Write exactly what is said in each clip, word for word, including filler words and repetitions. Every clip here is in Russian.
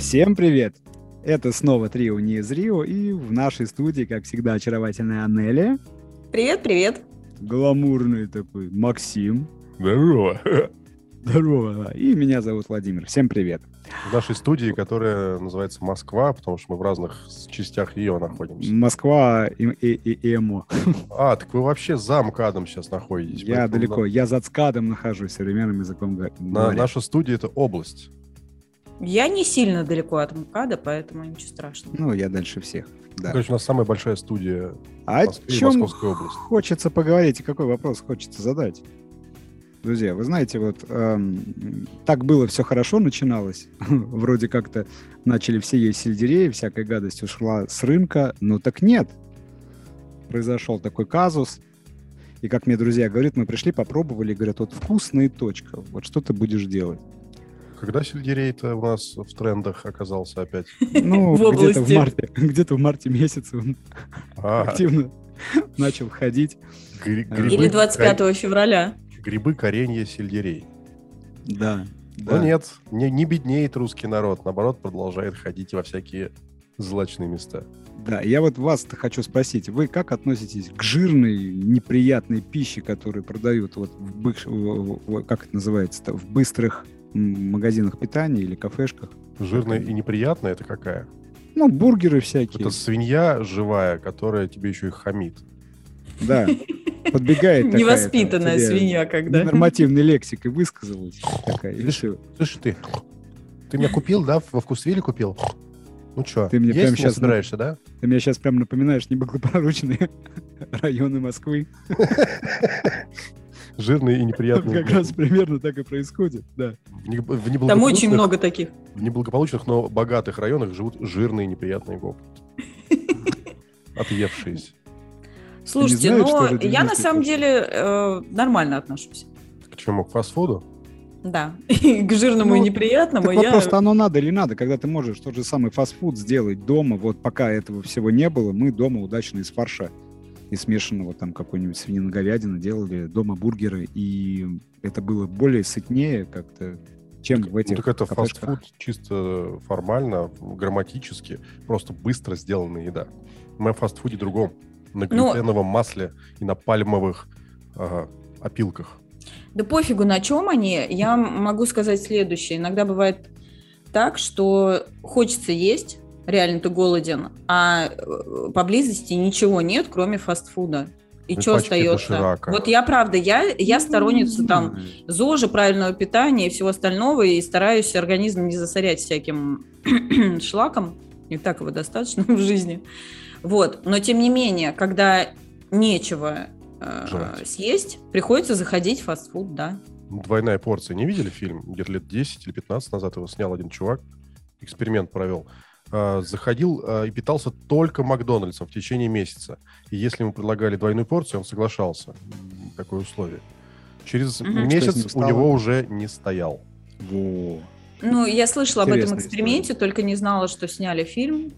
Всем привет! Это снова трио не из Рио, и в нашей студии, как всегда, очаровательная Анелия. Привет, привет. Гламурный такой Максим. Здорово. Здорово. И меня зовут Владимир. Всем привет. В нашей студии, которая называется Москва, потому что мы в разных частях ее находимся. Москва и, и, и, и ЭМО. А, так вы вообще за МКАДом сейчас находитесь. Я далеко, на... я за ЦКАДом нахожусь, современным языком говоря. На, наша студия — это область. Я не сильно далеко от МКАДа, поэтому ничего страшного. Ну, я дальше всех. Да. Ну, короче, у нас самая большая студия а в Москве и Московской области. Хочется поговорить, и какой вопрос хочется задать? Друзья, вы знаете, вот эм, так было, все хорошо начиналось. Вроде как-то начали все есть сельдерей, всякая гадость ушла с рынка, но так нет. Произошел такой казус. И как мне друзья говорят, мы пришли, попробовали, говорят, вот вкусная точка, вот что ты будешь делать? Когда сельдерей-то у нас в трендах оказался опять? Ну, где-то в марте, где-то в марте месяце он активно начал ходить. Или двадцать пятого февраля. Грибы, коренья, сельдерей. Да. Но да. нет, не, не беднеет русский народ, наоборот, продолжает ходить во всякие злачные места. Да, я вот вас-то хочу спросить, вы как относитесь к жирной, неприятной пище, которую продают вот в, быш... в, в как это называется-то, в быстрых магазинах питания или кафешках? Жирная и неприятная — это какая? Ну, бургеры всякие. Это свинья живая, которая тебе еще и хамит. Да. Подбегает такая... Невоспитанная свинья, когда... Нормативной лексикой высказалась такая. Слушай, слушай, ты, ты меня купил, да? Во Вкусвилле купил? Ну что, ты мне есть прямо не сейчас собираешься, да? Ты меня сейчас прям напоминаешь неблагополучные районы Москвы. Жирные и неприятные. Как раз примерно так и происходит, да. В неблагополучных... Там очень много таких. В неблагополучных, но богатых районах живут жирные и неприятные гопы. Отъевшиеся. Слушайте, но я на самом деле э, нормально отношусь. К чему? К фастфуду? Да, к жирному ну, и неприятному. Так я... Просто оно надо или надо, когда ты можешь тот же самый фастфуд сделать дома, вот пока этого всего не было, мы дома удачно из фарша, из смешанного там какой-нибудь свинина-говядины делали дома бургеры, и это было более сытнее как-то, чем так, в этих ну, так это кафешках. Фастфуд чисто формально, грамматически, просто быстро сделанная еда. Мы в фастфуде другом. На глютеновом ну, масле и на пальмовых ага, опилках. Да пофигу, на чем они. Я могу сказать следующее. Иногда бывает так, что хочется есть, реально ты голоден, а поблизости ничего нет, кроме фастфуда. И ну, что остается? Доширака. Вот я, правда, я, я сторонница там ЗОЖа, правильного питания и всего остального, и стараюсь организм не засорять всяким шлаком. И так его достаточно в жизни. Вот, но тем не менее, когда нечего э, съесть, приходится заходить в фастфуд, да. Двойная порция. Не видели фильм? Где-то лет десять или пятнадцать назад его снял один чувак, эксперимент провел. Э, заходил э, и питался только Макдональдсом в течение месяца. И если ему предлагали двойную порцию, он соглашался. Такое условие. Через угу. месяц у него уже не стоял. Во. Ну, я слышала Интересная об этом эксперименте, история. Только не знала, что сняли фильм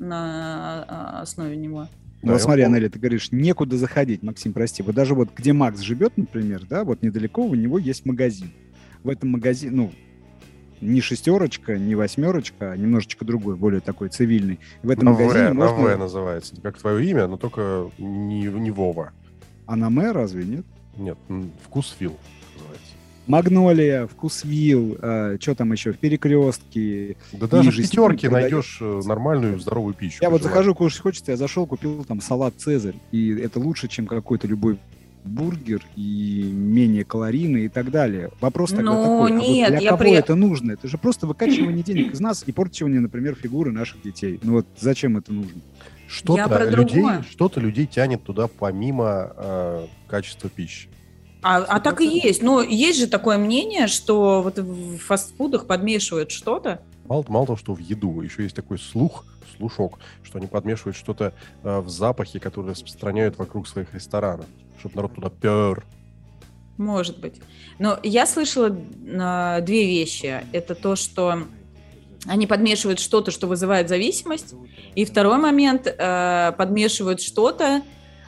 на основе него. Ну, да, смотри, Анеля, ты говоришь, некуда заходить, Максим, прости. Вот даже вот где Макс живет, например, да, вот недалеко у него есть магазин. В этом магазине, ну, не шестерочка, не восьмерочка, а немножечко другой, более такой цивильный. В этом на магазине в, можно... на В называется, как твое имя, но только не, не Вова. А на М разве нет? Нет, Вкусвилл называется. Магнолия, Вкусвилл, э, что там еще, в Перекрестке. Да даже в пятерке найдешь нормальную здоровую пищу. Я вот захожу, кушать хочется, я зашел, купил там салат «Цезарь», и это лучше, чем какой-то любой бургер, и менее калорийный и так далее. Вопрос тогда ну, такой, нет, а вот для я кого при... это нужно? Это же просто выкачивание денег из нас и порчивание, например, фигуры наших детей. Ну вот зачем это нужно? Что-то людей, что-то людей тянет туда помимо э, качества пищи. А, а так и есть. Но есть же такое мнение, что вот в фастфудах подмешивают что-то. Мало, мало того, что в еду, еще есть такой слух, слушок, что они подмешивают что-то э, в запахе, которые распространяют вокруг своих ресторанов, чтобы народ туда пер. Может быть. Но я слышала э, две вещи. Это то, что они подмешивают что-то, что вызывает зависимость. И второй момент, э, подмешивают что-то,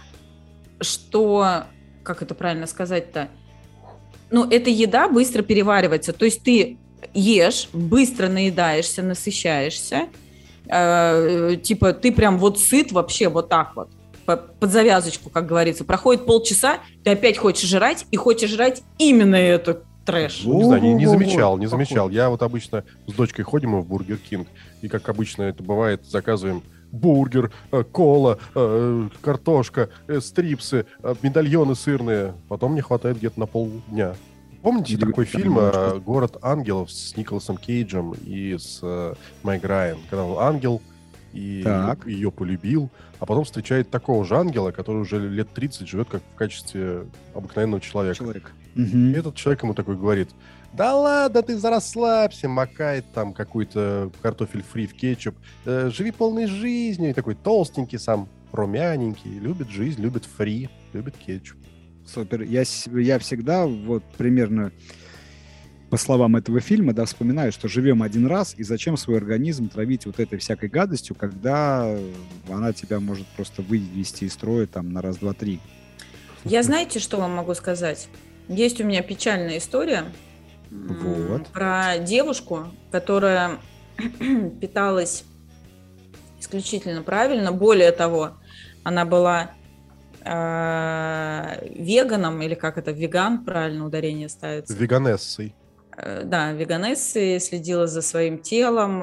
что... Как это правильно сказать-то? Ну, эта еда быстро переваривается. То есть ты ешь, быстро наедаешься, насыщаешься, э, типа ты прям вот сыт вообще вот так вот, под завязочку, как говорится. Проходит полчаса, ты опять хочешь жрать, и хочешь жрать именно этот трэш. Ну, не знаю, не, не замечал, не замечал. Я вот обычно с дочкой ходим мы в Бургер Кинг, и, как обычно это бывает, заказываем бургер, э, кола, э, картошка, э, стрипсы, э, медальоны сырные. Потом мне хватает где-то на полдня. Помните Или такой там фильм немножко. «Город ангелов» с Николасом Кейджем и с э, Мэг Райан, когда он ангел и Так. ее, ее полюбил, а потом встречает такого же ангела, который уже лет тридцать живет как в качестве обыкновенного человека. Человек. И Мгм. этот человек ему такой говорит: да ладно, ты расслабься, макает там какой-то картофель фри в кетчуп, э, живи полной жизнью. И такой толстенький сам, румяненький, любит жизнь, любит фри, любит кетчуп. Супер. Я, с- я всегда вот примерно по словам этого фильма, да, вспоминаю, что живем один раз, и зачем свой организм травить вот этой всякой гадостью, когда она тебя может просто вывести из строя там на раз, два, три. Я знаете, что вам могу сказать? Есть у меня печальная история м, Вот. про девушку, которая питалась исключительно правильно. Более того, она была э, веганом, или как это, веган, правильно ударение ставится. Веганессой. Э, Да, веганессой, следила за своим телом,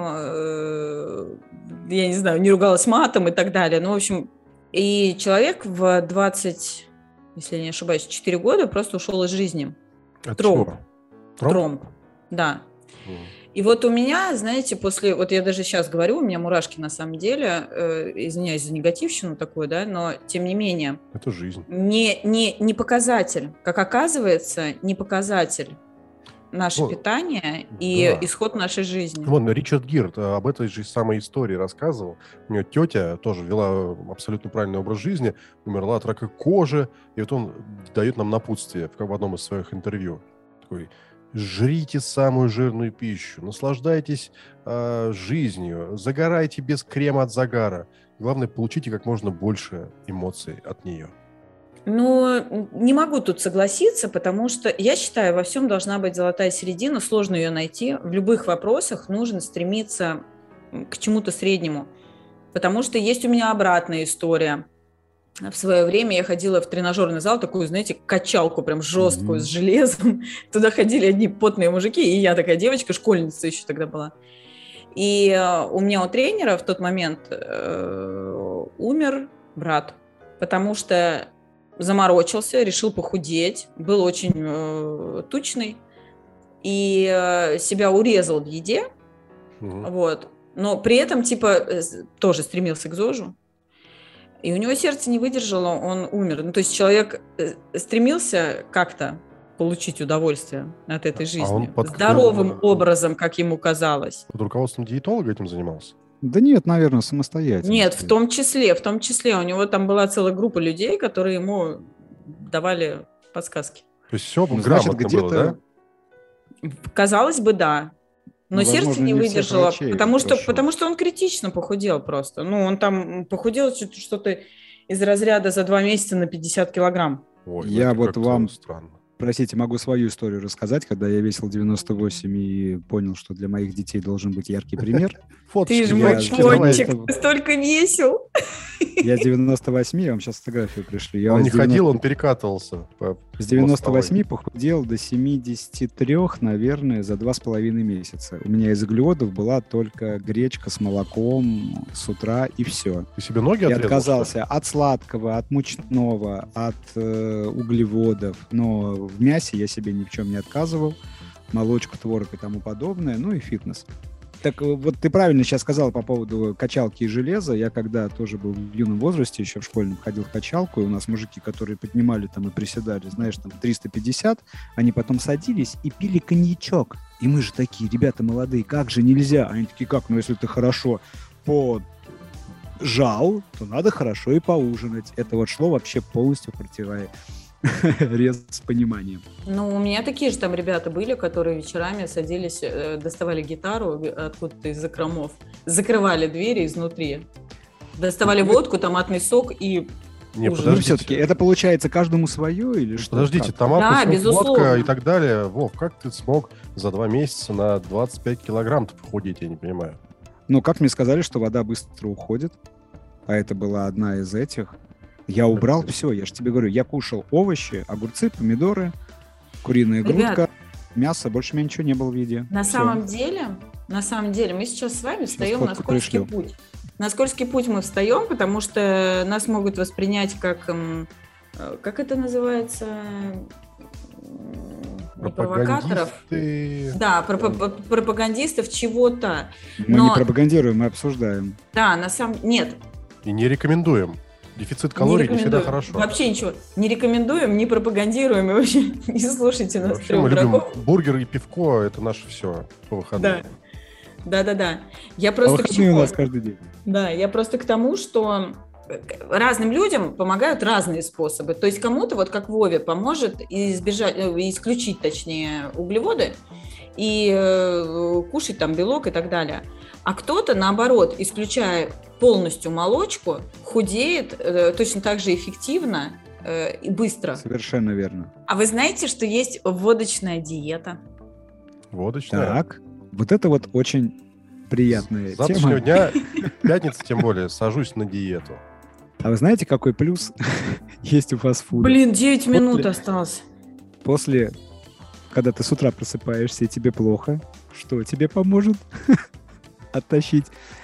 э, я не знаю, не ругалась матом и так далее. Ну, в общем, и человек в двадцать, если я не ошибаюсь, четыре года просто ушел из жизни. От Тромб. чего? Тромб? Тромб, да. М. И вот у меня, знаете, после, вот я даже сейчас говорю, у меня мурашки на самом деле, э, извиняюсь за негативщину такую, да, но тем не менее, Это жизнь. не, не, не показатель, как оказывается, не показатель наше Ну, питание и да. исход нашей жизни. Вон, Ричард Гир э, об этой же самой истории рассказывал. У него тетя тоже вела абсолютно правильный образ жизни, умерла от рака кожи, и вот он дает нам напутствие в в одном из своих интервью. Такой: жрите самую жирную пищу, наслаждайтесь э, жизнью, загорайте без крема от загара. Главное, получите как можно больше эмоций от нее. Ну, не могу тут согласиться, потому что я считаю, во всем должна быть золотая середина, сложно ее найти. В любых вопросах нужно стремиться к чему-то среднему, потому что есть у меня обратная история. В свое время я ходила в тренажерный зал, такую, знаете, качалку прям жесткую, Мгм. с железом. Туда ходили одни потные мужики, и я такая девочка, школьница еще тогда была. И э, у меня у тренера в тот момент э, умер брат, потому что заморочился, решил похудеть, был очень э, тучный и э, себя урезал в еде, Мгм. вот. Но при этом типа э, с- тоже стремился к ЗОЖу. И у него сердце не выдержало, он умер. Ну, то есть человек э, стремился как-то получить удовольствие от этой А он жизни. под Здоровым каким- образом, как ему казалось. Под руководством диетолога этим занимался? Да нет, наверное, самостоятельно. Нет, в скорее. том числе, в том числе. У него там была целая группа людей, которые ему давали подсказки. То есть все Ну, значит, грамотно было, да? Казалось бы, да. Но Ну, сердце возможно, не не всех выдержало, врачей потому что, прошло. потому что он критично похудел просто. Ну, он там похудел чё- что-то из разряда за два месяца на пятьдесят килограмм. Ой, ну Я это вот как-то вам- странно. Простите, могу свою историю рассказать, когда я весил девяносто восемь и понял, что для моих детей должен быть яркий пример. Ты же я мой девяносто- пончик, ты столько весил. Я с девяносто восьми, я вам сейчас фотографию пришлю. Я Он с не 90 ходил, он перекатывался. по- С девяносто восьми похудел до семидесяти трёх, наверное, за два с половиной месяца. У меня из углеводов была только гречка с молоком с утра, и все. Ты себе ноги Я отрезал? отказался от сладкого, от мучного, от э, углеводов. Но в мясе я себе ни в чем не отказывал. Молочку, творог и тому подобное. Ну и фитнес. Так э, вот ты правильно сейчас сказал по поводу качалки и железа. Я когда тоже был в юном возрасте, еще в школьном, ходил в качалку, и у нас мужики, которые поднимали там и приседали, знаешь, там триста пятьдесят, они потом садились и пили коньячок. И мы же такие, ребята молодые, как же нельзя? Они такие, как? Ну если ты хорошо по жал, то надо хорошо и поужинать. Это вот шло вообще полностью противовес с пониманием. Ну, у меня такие же там ребята были, которые вечерами садились, э, доставали гитару откуда-то из закромов, закрывали двери изнутри, доставали водку, томатный сок и Не, ужин. Ну, подождите. все-таки, это получается каждому свое или что? Подождите, Как? томатный Да, сок, безусловно. водка и так далее. Вов, как ты смог за два месяца на двадцать пять килограмм похудеть, я не понимаю. Ну, как мне сказали, что вода быстро уходит, а это была одна из этих. Я убрал все, я же тебе говорю, я кушал овощи, огурцы, помидоры, куриная Ребят, грудка, мясо, больше у меня ничего не было в еде. На Всё. самом деле, на самом деле, мы сейчас с вами встаем на фотку скользкий пришлю. путь. На скользкий путь мы встаем, потому что нас могут воспринять как, м, э, как это называется, М, не провокаторов. Пропагандисты. Да, пропа- пропагандистов чего-то. Мы Но- не пропагандируем, мы обсуждаем. Да, на самом нет. И не рекомендуем. Дефицит калорий не, всегда рекомендуем. хорошо. Вообще ничего. Не рекомендуем, не пропагандируем и вообще не слушайте нас, Вообще мы трех любим врагов. бургер и пивко, это наше все по выходным. Да. Да-да-да. Я А просто к выходные у чему? нас каждый день. Да, я просто к тому, что разным людям помогают разные способы. То есть кому-то, вот как Вове, поможет избежать, э, исключить, точнее, углеводы и э, кушать там белок и так далее. А кто-то, наоборот, исключая полностью молочку, худеет э, точно так же эффективно э, и быстро. Совершенно верно. А вы знаете, что есть водочная диета? Водочная. Так, вот это вот очень приятная С завтрашнего тема. дня, пятница тем более, сажусь на диету. А вы знаете, какой плюс есть у фастфуда? Блин, девять После- минут осталось. После, когда ты с утра просыпаешься и тебе плохо, что тебе поможет оттащить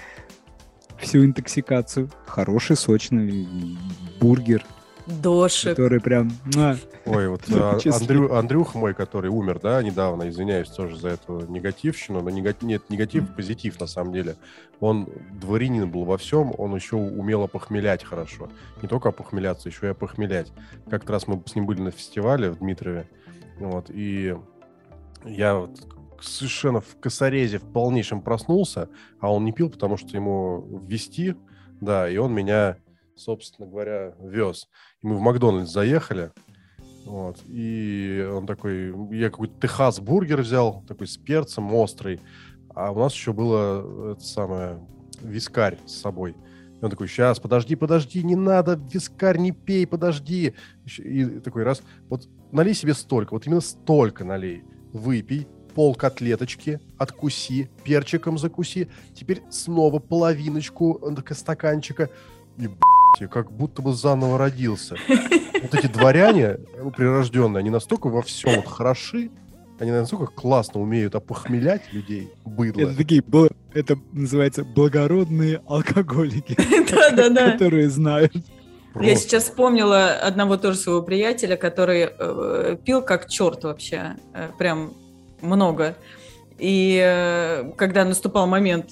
всю интоксикацию? Хороший сочный бургер, Дошик. который прям... муа. Ой, вот Ну, а, честно. Андрю, Андрюха мой, который умер, да, недавно, извиняюсь тоже за эту негативщину, но нега- нет, негатив, позитив на самом деле. Он дворянин был во всем, он еще умел опохмелять хорошо. Не только опохмеляться, еще и опохмелять. Как-то раз мы с ним были на фестивале в Дмитрове, вот, и я вот совершенно в косорезе, в полнейшем проснулся, а он не пил, потому что ему ввести, да, и он меня, собственно говоря, вез. И мы в Макдональдс заехали, вот, и он такой, я какой-то Техас бургер взял, такой с перцем, острый, а у нас еще было это самое, вискарь с собой. И он такой, сейчас, подожди, подожди, не надо, вискарь не пей, подожди. И такой раз, вот налей себе столько, вот именно столько налей, выпей, пол котлеточки, откуси, перчиком закуси, теперь снова половиночку стаканчика, и, б***ь, как будто бы заново родился. Вот эти дворяне прирожденные, они настолько во всем вот хороши, они настолько классно умеют опохмелять людей, быдло. Это такие, бл- это называется благородные алкоголики, Да-да-да. которые знают. Я Просто. сейчас вспомнила одного тоже своего приятеля, который э, пил как черт вообще, э, прям много. И э, когда наступал момент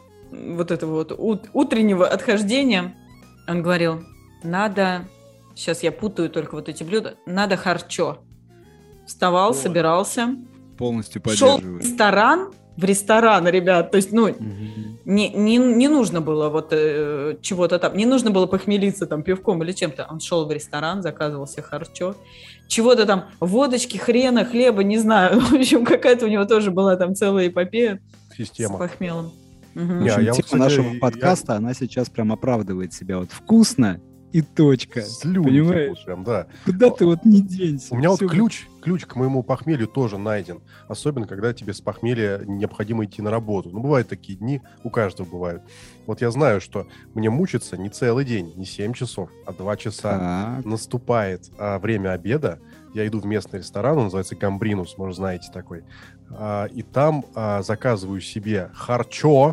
вот этого вот ут- утреннего отхождения, он говорил, надо, сейчас я путаю только вот эти блюда, надо харчо. Вставал, Ой. собирался, Полностью шел в поддерживаю. ресторан, в ресторан, ребят, то есть, ну, Мгм. не, не, не нужно было вот э, чего-то там, не нужно было похмелиться там пивком или чем-то. Он шел в ресторан, заказывал себе харчо, чего-то там, водочки, хрена, хлеба, не знаю. В общем, какая-то у него тоже была там целая эпопея с Система. похмелом. В Мгм. Не, общем, я вот, тема кстати, нашего я- подкаста, она сейчас прям оправдывает себя. Вот вкусно и точка. Слюни Понимаешь? текут прям, да. Куда ты вот не денься. У меня Всё вот ключ, ключ к моему похмелью тоже найден. Особенно, когда тебе с похмелья необходимо идти на работу. Ну, бывают такие дни, у каждого бывают. Вот я знаю, что мне мучиться не целый день, не семь часов, а два часа. Так. Наступает а, время обеда, я иду в местный ресторан, он называется Гамбринус, может, знаете такой. А, и там а, заказываю себе харчо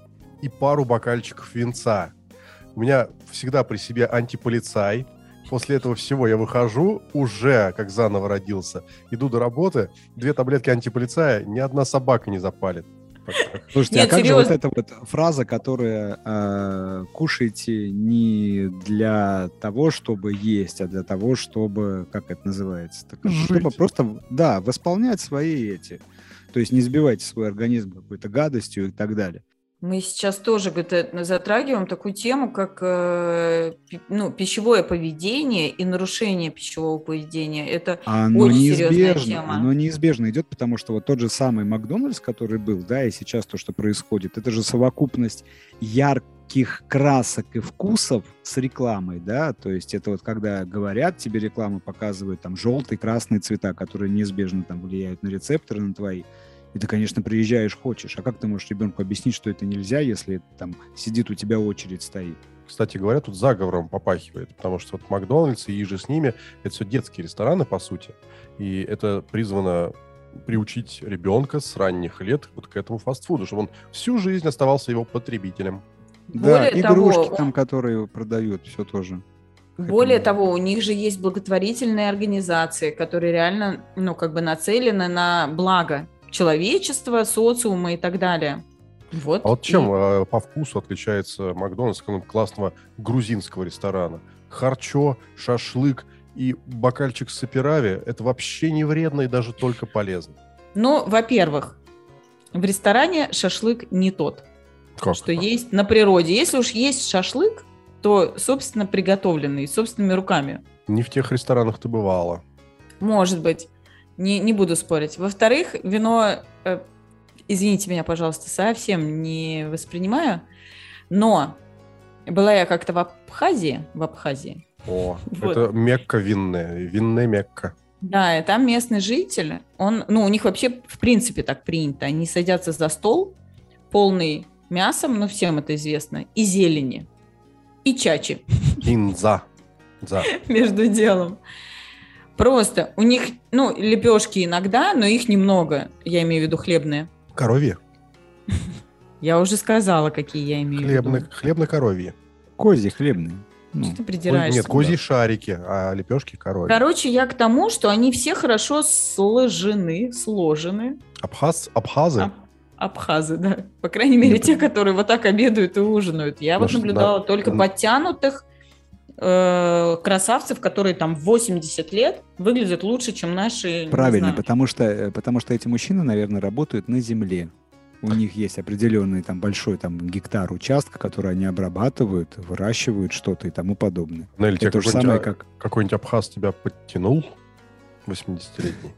и пару бокальчиков винца. У меня всегда при себе антиполицай. После этого всего я выхожу, уже как заново родился. Иду до работы, две таблетки антиполицая, ни одна собака не запалит. Слушайте, Нет, а как серьезно. же вот эта вот фраза, которая э, кушайте не для того, чтобы есть, а для того, чтобы, как это называется, так, Жить. чтобы просто, да, восполнять свои эти, то есть не сбивайте свой организм какой-то гадостью и так далее. Мы сейчас тоже говорит, затрагиваем такую тему, как э, пи- ну, пищевое поведение и нарушение пищевого поведения. Это Оно очень серьезная неизбежно, тема. оно неизбежно идет, потому что вот тот же самый Макдональдс, который был, да, и сейчас то, что происходит, это же совокупность ярких красок и вкусов с рекламой, да, то есть это вот когда говорят, тебе рекламу показывают там желтые, красные цвета, которые неизбежно там влияют на рецепторы, на твои, и ты, конечно, приезжаешь, хочешь, а как ты можешь ребенку объяснить, что это нельзя, если там сидит у тебя очередь стоит? Кстати говоря, тут заговором попахивает, потому что вот Макдональдс и иже с ними — это все детские рестораны, по сути, и это призвано приучить ребенка с ранних лет вот к этому фастфуду, чтобы он всю жизнь оставался его потребителем. Да, Более игрушки того, там, которые продают, все тоже. Более того, у них же есть благотворительные организации, которые реально, ну, как бы нацелены на благо человечества, социума и так далее. Вот. А вот чем И- э, по вкусу отличается Макдональдс от классного грузинского ресторана? Харчо, шашлык и бокальчик саперави — это вообще не вредно и даже только полезно. Ну, во-первых, в ресторане шашлык не тот, Как что это? есть на природе. Если уж есть шашлык, то, собственно, приготовленный, собственными руками. Не в тех ресторанах ты бывала. Может быть. Не, не буду спорить. Во-вторых, вино, э, извините меня, пожалуйста, совсем не воспринимаю, но была я как-то в Абхазии, в Абхазии. О, Вот. это Мекка винная, винная Мекка. Да, и там местный житель, он, ну, у них вообще в принципе так принято. Они садятся за стол, полный мясом, ну, всем это известно, и зелени, и чачи Кинза. За. между делом. Просто у них, ну, лепешки иногда, но их немного, я имею в виду хлебные. Коровье. Я уже сказала, какие я имею в Хлебно, виду. хлебно-коровье. Козьи хлебные. Ну, Что ты придираешься? Нет, козьи шарики, а лепешки коровьи. Короче, я к тому, что они все хорошо сложены, сложены. Абхаз, абхазы? Аб- Абхазы, да. По крайней мере, Не те, понимаю. которые вот так обедают и ужинают. Я вот Наш- наблюдала на- только на- подтянутых э, красавцев, которые там в восемьдесят лет выглядят лучше, чем наши. не правильно, знаю. потому что, э, потому что эти мужчины, наверное, работают на земле. У них есть определенный там большой там гектар участка, который они обрабатывают, выращивают что-то и тому подобное. Нелли, тебя Это то же какой-нибудь, самое, а, как... какой-нибудь абхаз тебя подтянул? восьмидесятилетний.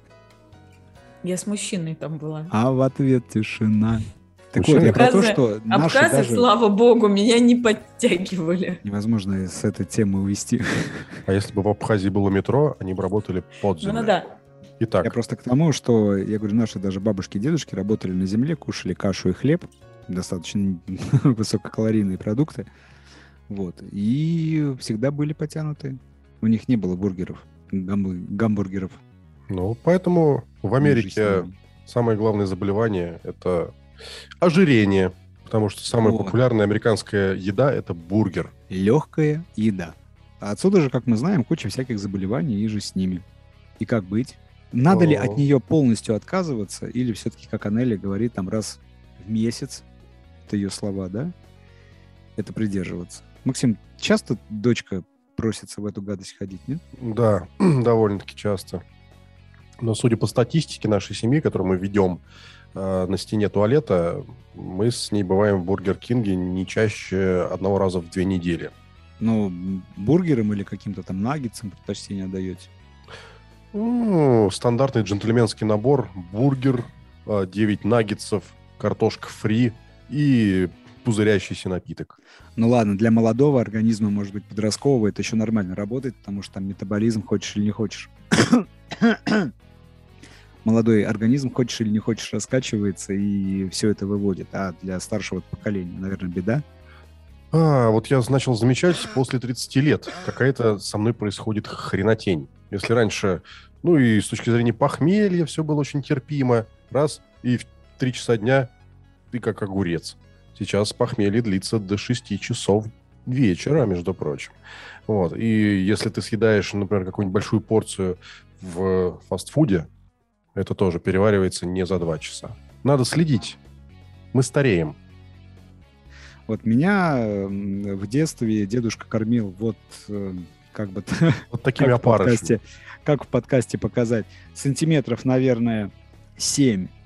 Я с мужчиной там была. А в ответ тишина. Так Мужчины- вот, я про то, Абхазы- что наши Абхазы, даже... слава богу, меня не подтягивали. Невозможно с этой темы увести. А если бы в Абхазии было метро, они бы работали под Ну, землей. ну да. Итак, Я просто к тому, что, я говорю, наши даже бабушки и дедушки работали на земле, кушали кашу и хлеб, достаточно высококалорийные продукты, вот, и всегда были потянуты. У них не было бургеров, гам- гамбургеров. ну, поэтому в Америке Жизнь. самое главное заболевание – это ожирение, потому что самая Вот. популярная американская еда – это бургер. Легкая еда. А отсюда же, как мы знаем, куча всяких заболеваний и же с ними. И как быть? Надо ли О. от нее полностью отказываться, или все-таки, как Анелли говорит, там раз в месяц, это ее слова, да, это придерживаться? Максим, часто дочка просится в эту гадость ходить, нет? Да, довольно-таки часто. Но судя по статистике нашей семьи, которую мы ведем э, на стене туалета, мы с ней бываем в Бургер Кинге не чаще одного раза в две недели. Ну, м, бургером или каким-то там наггетсом предпочтение отдаете? Ну, стандартный джентльменский набор: бургер, э, девять наггетсов, картошка фри и пузырящийся напиток. Ну ладно, для молодого организма, может быть, подросткового, это еще нормально работает, потому что там метаболизм, хочешь или не хочешь. Молодой организм, хочешь или не хочешь, раскачивается и все это выводит. А для старшего поколения, наверное, беда. А, вот я начал замечать после тридцати лет, какая-то со мной происходит хренотень. Если раньше, ну и с точки зрения похмелья, все было очень терпимо, раз, и в три часа дня ты как огурец. Сейчас похмелье длится до шести часов вечера, между прочим. Вот. И если ты съедаешь, например, какую-нибудь большую порцию в фастфуде, это тоже переваривается не за два часа. Надо следить. Мы стареем. Вот меня м, в детстве дедушка кормил вот э, как бы Вот такими как в опарышами. подкасте, как в подкасте показать, сантиметров, наверное, семь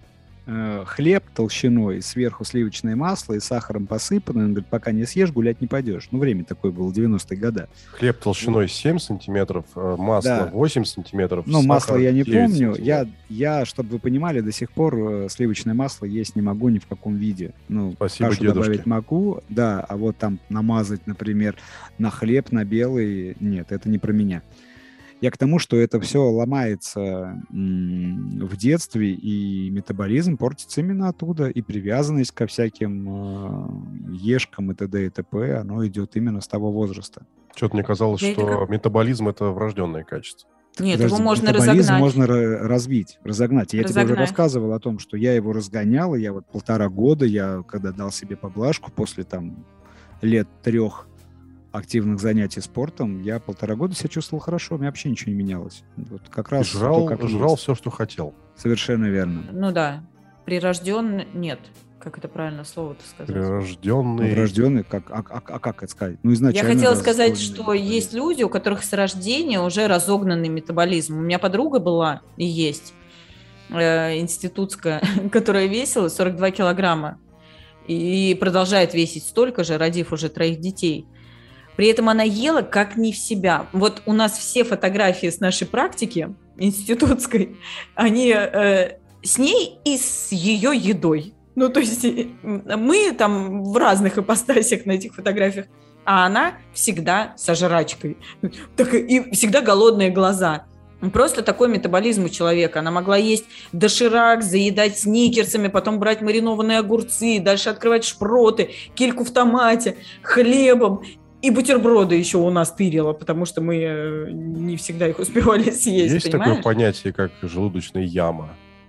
э, хлеб толщиной, сверху сливочное масло и сахаром посыпано. Он говорит, пока не съешь, гулять не пойдешь. Ну, время такое было, девяностые годы. Хлеб толщиной семь сантиметров, масло Да. восемь сантиметров. Ну, масло я не помню. сантиметров. Я, я, чтобы вы понимали, до сих пор э, сливочное масло есть не могу ни в каком виде. Ну, Спасибо, кашу дедушке. добавить могу, да, а вот там намазать, например, на хлеб, на белый, нет, это не про меня. Я к тому, что это все ломается м, в детстве, и метаболизм портится именно оттуда, и привязанность ко всяким э, ешкам и т.д. и т.п., оно идет именно с того возраста. Что-то мне казалось, Да это что как- метаболизм — это врожденное качество. Нет, Подожди, его можно метаболизм разогнать. можно ра- развить, разогнать. Я тебе уже Разогнать. рассказывал о том, что я его разгонял, и я вот полтора года, я когда дал себе поблажку после там лет трех активных занятий спортом, я полтора года себя чувствовал хорошо, у меня вообще ничего не менялось. Вот как И раз жрал, то, как жрал есть. все, что хотел. Совершенно верно. Ну да, прирожден... Нет, как это правильно слово-то сказать? Прирожденный. Врожденный, как, а, а- а как это сказать? Ну, изначально... Я хотела да, сказать, заслуженный что метаболизм. есть люди, у которых с рождения уже разогнанный метаболизм. У меня подруга была и есть э, институтская, которая весила сорок два килограмма и продолжает весить столько же, родив уже троих детей. При этом она ела как не в себя. Вот у нас все фотографии с нашей практики институтской, они э, с ней и с ее едой. Ну, то есть э, мы там в разных ипостасях на этих фотографиях, а она всегда со жрачкой. Так и всегда голодные глаза. Просто такой метаболизм у человека. Она могла есть доширак, заедать сникерсами, потом брать маринованные огурцы, дальше открывать шпроты, кильку в томате, хлебом. И бутерброды еще у нас тырила, потому что мы э, не всегда их успевали съесть, Есть понимаешь? такое понятие, как желудочная яма.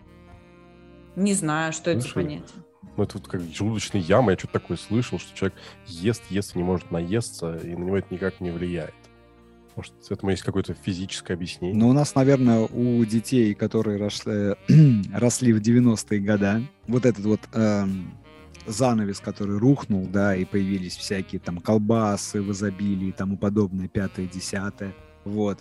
Не знаю, что это за Слышали? понятие. Ну, это вот как желудочная яма. Я что-то такое слышал, что человек ест, ест и не может наесться, и на него это никак не влияет. Может, этому есть какое-то физическое объяснение? Ну, у нас, наверное, у детей, которые росли, росли в девяностые годы, вот этот вот эм, занавес, который рухнул, да, и появились всякие там колбасы в изобилии и тому подобное, пятое, десятое, вот.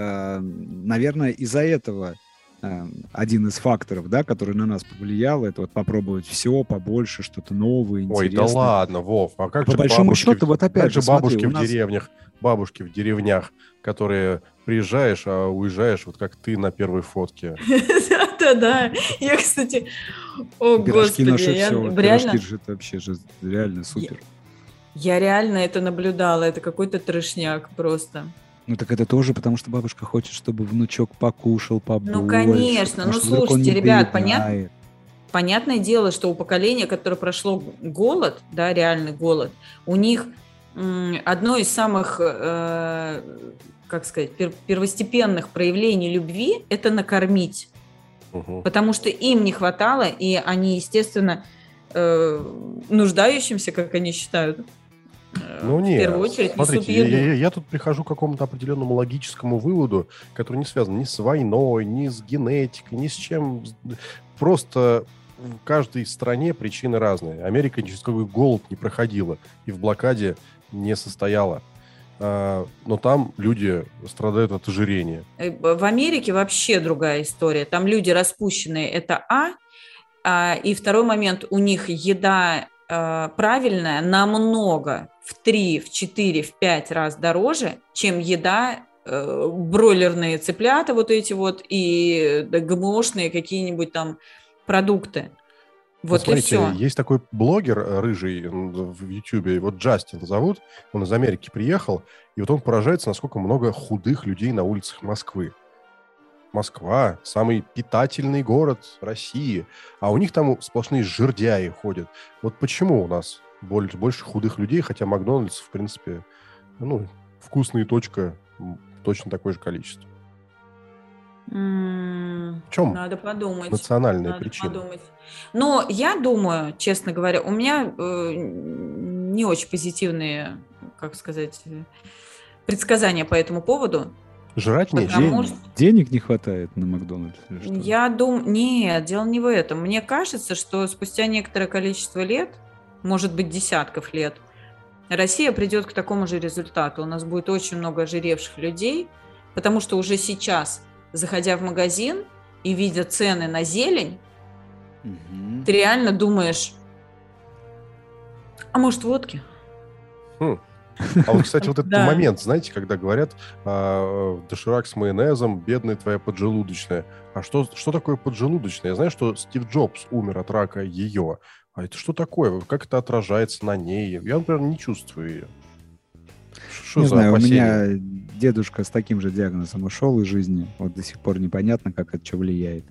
Эм, наверное, из-за этого эм, один из факторов, да, который на нас повлиял, это вот попробовать все, побольше, что-то новое, Ой, интересное. да ладно, Вов, а как По же большому бабушки, счету, вот опять как же, же бабушки смотри, у в нас- деревнях, бабушки в деревнях, которые приезжаешь, а уезжаешь, вот как ты на первой фотке. Да-да-да. Я, кстати... О, Пирожки господи, наши я все, вот реально... пирожки же это вообще же реально супер. Я реально это наблюдала. Это какой-то трешняк просто. Ну так это тоже потому, что бабушка хочет, чтобы внучок покушал побольше. Ну, конечно. потому Ну, что вдруг он слушайте, не ребят, понятно? доедает. Понятное дело, что у поколения, которое прошло голод, да, реальный голод, у них м, одно из самых, э, как сказать, пер- первостепенных проявлений любви – это накормить. Мгм. Потому что им не хватало, и они, естественно, э, нуждающимся, как они считают, э, Ну в нет, первую очередь несут смотрите, я, еду. я- я тут прихожу к какому-то определенному логическому выводу, который не связан ни с войной, ни с генетикой, ни с чем. Просто в каждой стране причины разные. Америка через какой голод не проходила и в блокаде не состояла. А, но там люди страдают от ожирения. Э, В Америке вообще другая история. Там люди распущенные, это А. А, и второй момент, у них еда э, правильная намного в три, в четыре, в пять раз дороже, чем еда э, бройлерные цыплята вот эти вот и да, ГМОшные какие-нибудь там продукты. Вот и Смотрите, все. есть такой блогер э, рыжий м, в Ютьюбе, его Джастин зовут, он из Америки приехал, и вот он поражается, насколько много худых людей на улицах Москвы. Москва – самый питательный город России, а у них там сплошные жирдяи ходят. Вот почему у нас больше, больше худых людей, хотя Макдональдс, в принципе, ну, вкусная точка, м, точно такое же количество. М, В чем Надо подумать. национальная Надо причина? подумать. Но я думаю, честно говоря, у меня э, не очень позитивные, как сказать, э, предсказания по этому поводу. Жрать нечего. Потому Ден- что- Денег не хватает на Макдональдс? или что? Я думаю, нет, дело не в этом. Мне кажется, что спустя некоторое количество лет, может быть, десятков лет, Россия придет к такому же результату. У нас будет очень много ожиревших людей, потому что уже сейчас, заходя в магазин и видя цены на зелень, Мгм. Ты реально думаешь, а может водки? Хм. А вот, кстати, вот этот Да. момент, знаете, когда говорят, а, доширак с майонезом, бедная твоя поджелудочная. А что, что такое поджелудочная? Я знаю, что Стив Джобс умер от рака ее. А это что такое? Как это отражается на ней? Я, например, не чувствую ее. Что Не за знаю, у опасения? меня дедушка с таким же диагнозом ушел из жизни. Вот до сих пор непонятно, как это что влияет.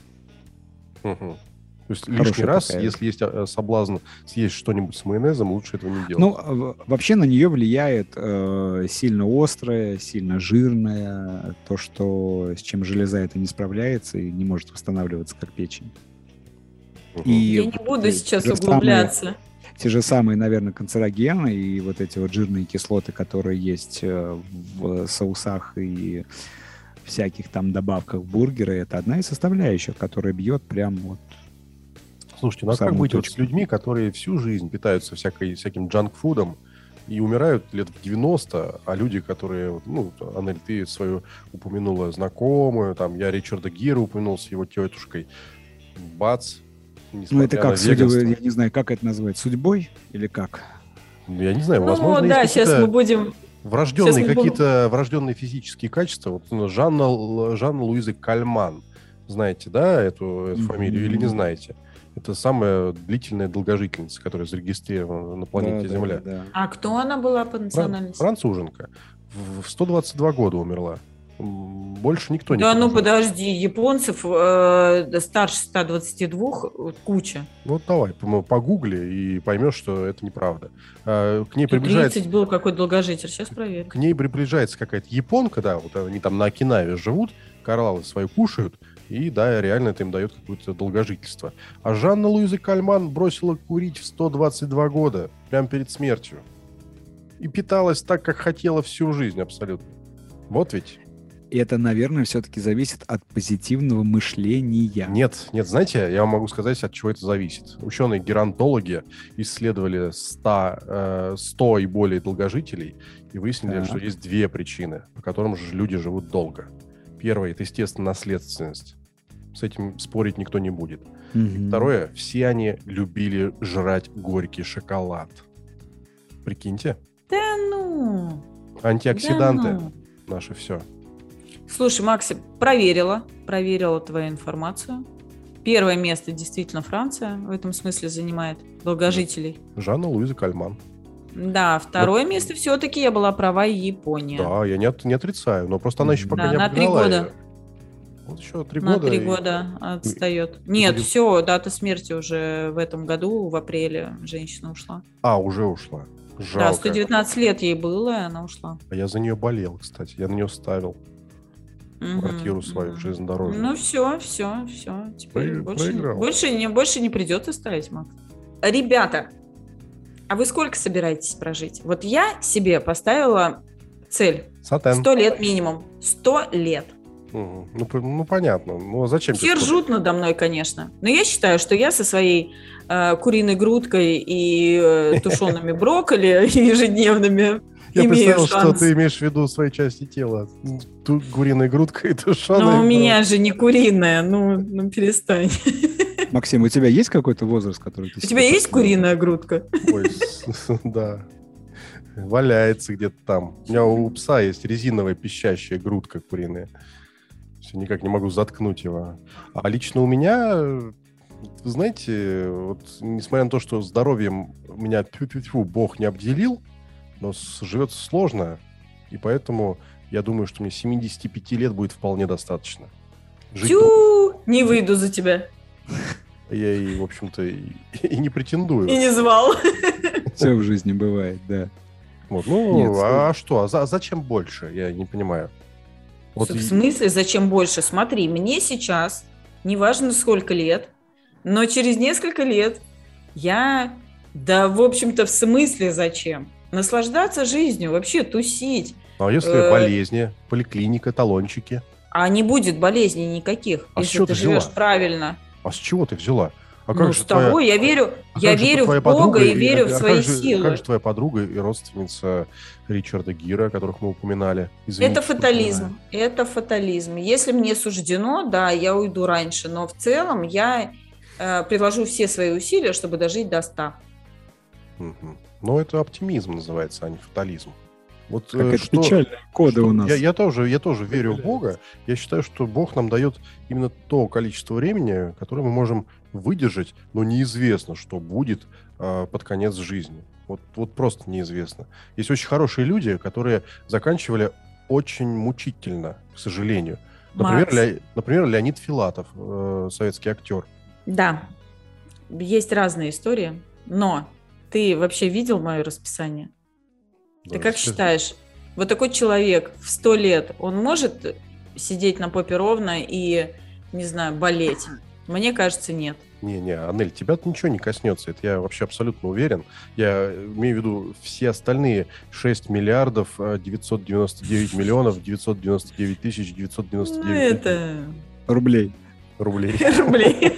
Мгм. То есть Хорошая лишний раз, такая. если есть а, соблазн съесть что-нибудь с майонезом, лучше этого не делать. Ну, в- вообще на нее влияет э, сильно острое, сильно жирное, то, что с чем железа это не справляется и не может восстанавливаться, как печень. Мгм. И Я не вот буду эти сейчас же углубляться. Те же самые, наверное, канцерогены и вот эти вот жирные кислоты, которые есть э, в соусах и всяких там добавках в бургеры, это одна из составляющих, которая бьет прям вот. Слушайте, ну а как самую быть вот с точку. людьми, которые всю жизнь питаются всякой, всяким джанк-фудом и умирают лет в девяносто, а люди, которые, вот, ну, Анель, ты свою упомянула знакомую, там, я Ричарда Гира упомянул с его тетушкой, бац, Ну, несмотря это на как, судя, веганство. я не знаю, как это назвать, судьбой или как? Ну, я не знаю, Ну возможно, да, есть сейчас какие-то мы будем... врожденные сейчас мы будем- какие-то врожденные физические качества. Вот ну, Жанна, Л- Жанна Луиза Кальман, знаете, да, эту, эту Мгм. фамилию или не знаете? Это самая длительная долгожительница, которая зарегистрирована на планете Да, да, Земля. да. А кто она была по Фран- национальности? Француженка. В в сто двадцать два года умерла. М, Больше никто не Да ну продолжает. подожди, японцев э, старше ста двадцати двух э, куча. Вот давай, по- погугли и поймешь, что это неправда. А, К ней Тут приближается... тридцать был какой-то долгожитель, сейчас проверю. К ней приближается какая-то японка, да, вот они там на Окинаве живут, кораллы свои кушают, и, да, реально это им дает какое-то долгожительство. А Жанна Луиза Кальман бросила курить в сто двадцать два года, прямо перед смертью. И питалась так, как хотела всю жизнь абсолютно. Вот ведь. И это, наверное, все-таки зависит от позитивного мышления. Нет, нет, знаете, я вам могу сказать, от чего это зависит. Ученые-геронтологи исследовали сто, э, сто и более долгожителей и выяснили, Так. что есть две причины, по которым же люди живут долго. Первое – это, естественно, наследственность. С этим спорить никто не будет. Мгм. Второе – все они любили жрать горький шоколад. Прикиньте, Да ну. антиоксиданты Да ну. наше все. Слушай, Макси, проверила, проверила твою информацию. Первое место действительно Франция в этом смысле занимает долгожителей. Жанна Луиза Кальман. Да, второе место все-таки я была права, Япония. Да, я не, от- не отрицаю, но просто она еще пока Да, не на три обогнала года. её. Вот еще три На года. три и- года отстает. Нет, будет- все, дата смерти уже в этом году, в апреле женщина ушла. А, уже ушла. Да, Жалко. сто девятнадцать лет ей было, и она ушла. А я за нее болел, кстати. Я на нее ставил Мгм, квартиру свою мгм. железнодорожную. Ну все, все, все. Теперь Прои- больше, проиграл. больше, не, больше не придется ставить, Макс. Ребята, а вы сколько собираетесь прожить? Вот я себе поставила цель. Сатен. Сто лет минимум. Сто лет. Мгм. Ну, по- ну, понятно. Ну, а зачем Все тебе сто- ржут надо мной, конечно. Но я считаю, что я со своей э, куриной грудкой и э, тушеными брокколи ежедневными Я имею представил, шанс. что ты имеешь в виду свои части тела. Тут куриная грудка и тушеная. Но у меня же не куриная, ну, ну перестань. Максим, у тебя есть какой-то возраст, который ты У себе тебя есть поставил? куриная грудка? Ой, с- да. Валяется где-то там. У меня у пса есть резиновая пищащая грудка куриная. Все никак не могу заткнуть его. А лично у меня, вы знаете, вот несмотря на то, что здоровьем меня тьфу-тьфу-тьфу, Бог не обделил, но с- живется сложно, и поэтому я думаю, что мне семидесяти пяти лет будет вполне достаточно. Жить дол- Тю, не выйду за тебя. я и, в общем-то, и, и не претендую. И не звал. Все в жизни бывает, да. Вот, ну, Нет, а что? А за- зачем больше? Я не понимаю. Вот В и- смысле, зачем больше? Смотри, мне сейчас, неважно сколько лет, но через несколько лет я, да, в общем-то, в смысле зачем? Наслаждаться жизнью, вообще тусить. А если э, болезни, поликлиника, талончики? А не будет болезней никаких, А с если чего ты ты живешь взяла? правильно. А с чего ты взяла? А ну, же с того, твоя- я верю, а я как же верю твоя в Бога подруга и верю в а свои как же, силы. Как же твоя подруга и родственница Ричарда Гира, которых мы упоминали? Извините, Это что фатализм. упоминаю. Это фатализм. Если мне суждено, да, я уйду раньше, но в целом я э, приложу все свои усилия, чтобы дожить до ста. Угу. Ну, это оптимизм называется, а не фатализм. Вот, как э, это что, печальные коды что, у нас. Я, я, тоже, я тоже верю в Бога. Я считаю, что Бог нам дает именно то количество времени, которое мы можем выдержать, но неизвестно, что будет э, под конец жизни. Вот, вот просто неизвестно. Есть очень хорошие люди, которые заканчивали очень мучительно, к сожалению. Например, Ле, например Леонид Филатов, э, советский актер. Да, есть разные истории, но ты вообще видел мое расписание? Да, ты как расскажи. Считаешь, вот такой человек в сто лет, он может сидеть на попе ровно и, не знаю, болеть? Мне кажется, нет. Не-не, Анель, тебя-то ничего не коснется, это я вообще абсолютно уверен. Я имею в виду все остальные шесть миллиардов девятьсот девяносто девять миллионов девятьсот девяносто девять тысяч девятьсот девяносто девять ну, это... рублей. Рублей. Рублей.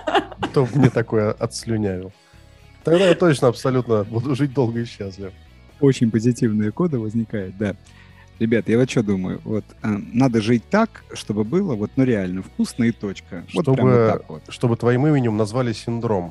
Кто мне такое отслюнявил? Тогда я точно абсолютно буду жить долго и счастливо. Очень позитивные коды возникают, да. Ребят, я вот что думаю, вот э, надо жить так, чтобы было вот, ну реально вкусно и точка. Чтобы, вот прям вот так вот. Чтобы твоим именем назвали синдром.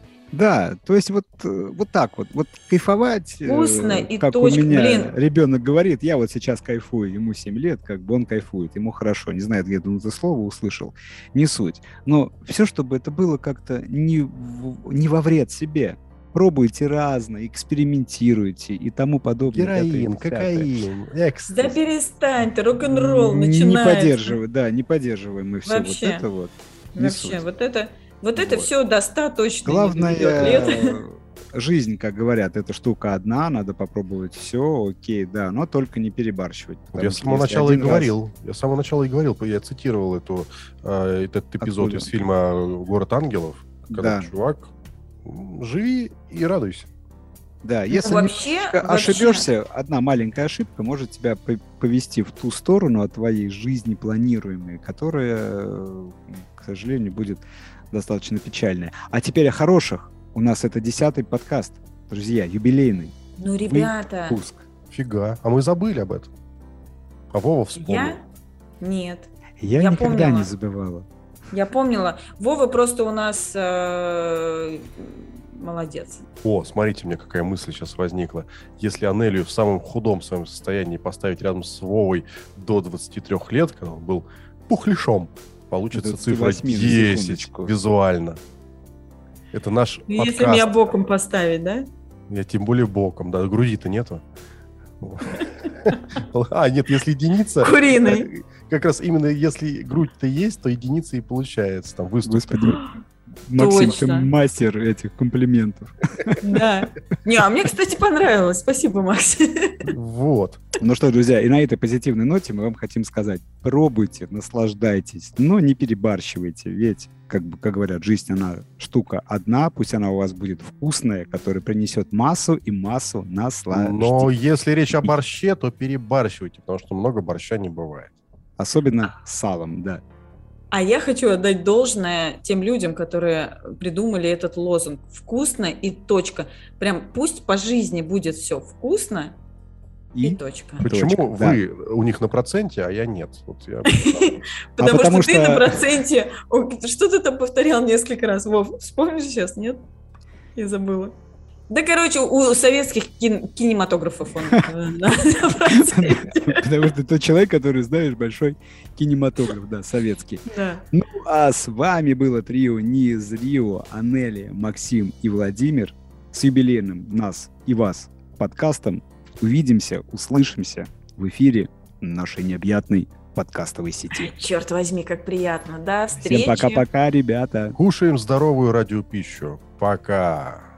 Да, то есть вот, вот так вот, вот кайфовать. Вкусно э, и как точка. у меня Блин. Ребенок говорит, я вот сейчас кайфую, ему семь лет, как бы он кайфует, ему хорошо, не знаю, где-то он это слово услышал, не суть. Но все, чтобы это было как-то не, в, не во вред себе. Пробуйте разное, экспериментируйте и тому подобное. Героин, кокаин, экстаз. Да перестань ты, рок-н-ролл начинается. Не поддерживай, да, не поддерживаем мы все Вообще. вот это вот. Вообще, суть. вот это, вот это Вот. все до ста точно Главное, не доведет лет. Жизнь, как говорят, эта штука одна, надо попробовать все, окей, да, но только не перебарщивать. Я с самого начала и раз... говорил, я с самого начала и говорил, я цитировал эту, э, этот эпизод Откуда? Из фильма «Город ангелов», когда да. чувак, живи и радуйся. Да, если ну, вообще, ошибешься, вообще... одна маленькая ошибка может тебя повести в ту сторону от твоей жизни планируемой, которая, к сожалению, будет достаточно печальная. А теперь о хороших. У нас это десятый подкаст, друзья, юбилейный. Ну, ребята... Выпуск. Фига, а мы забыли об этом. А Вова вспомнил. Я? Нет. Я, Я никогда помнила. не забывала. Я помнила. Вова просто у нас э, молодец. О, смотрите, мне какая мысль сейчас возникла. Если Анелию в самом худом своем состоянии поставить рядом с Вовой до двадцати трёх лет, когда он был пухляшом, получится цифра десять визуально. Это наш Если подкаст. Если меня боком поставить, да? Я тем более боком, да, груди-то нету. А, нет, если единица... Куриный. Как раз именно если грудь-то есть, то единица и получается. Там выступ. Максим, ты мастер этих комплиментов. Да. Не, а мне, кстати, понравилось. Спасибо, Макс. Вот. Ну что, друзья, и на этой позитивной ноте мы вам хотим сказать. Пробуйте, наслаждайтесь, но не перебарщивайте. Ведь, как, бы, как говорят, жизнь, она штука одна. Пусть она у вас будет вкусная, которая принесет массу и массу наслаждений. Но если речь о борще, то перебарщивайте, потому что много борща не бывает. Особенно с салом, да. А я хочу отдать должное тем людям, которые придумали этот лозунг. Вкусно и точка. Прям пусть по жизни будет все вкусно и, и точка. Почему точка, вы да. у них на проценте, а я нет? Вот я... Потому что ты на проценте... Что ты там повторял несколько раз, Вов? Вспомнишь сейчас, нет? Я забыла. Да, короче, у советских кин- кинематографов он на проценте. Потому что тот человек, который, знаешь, большой кинематограф, да, советский. Да. Ну, а с вами было трио не из Рио, Анелия, Максим и Владимир с юбилейным нас и вас подкастом. Увидимся, услышимся в эфире нашей необъятной подкастовой сети. Черт возьми, как приятно. До встречи. Всем пока-пока, ребята. Кушаем здоровую радиопищу. Пока.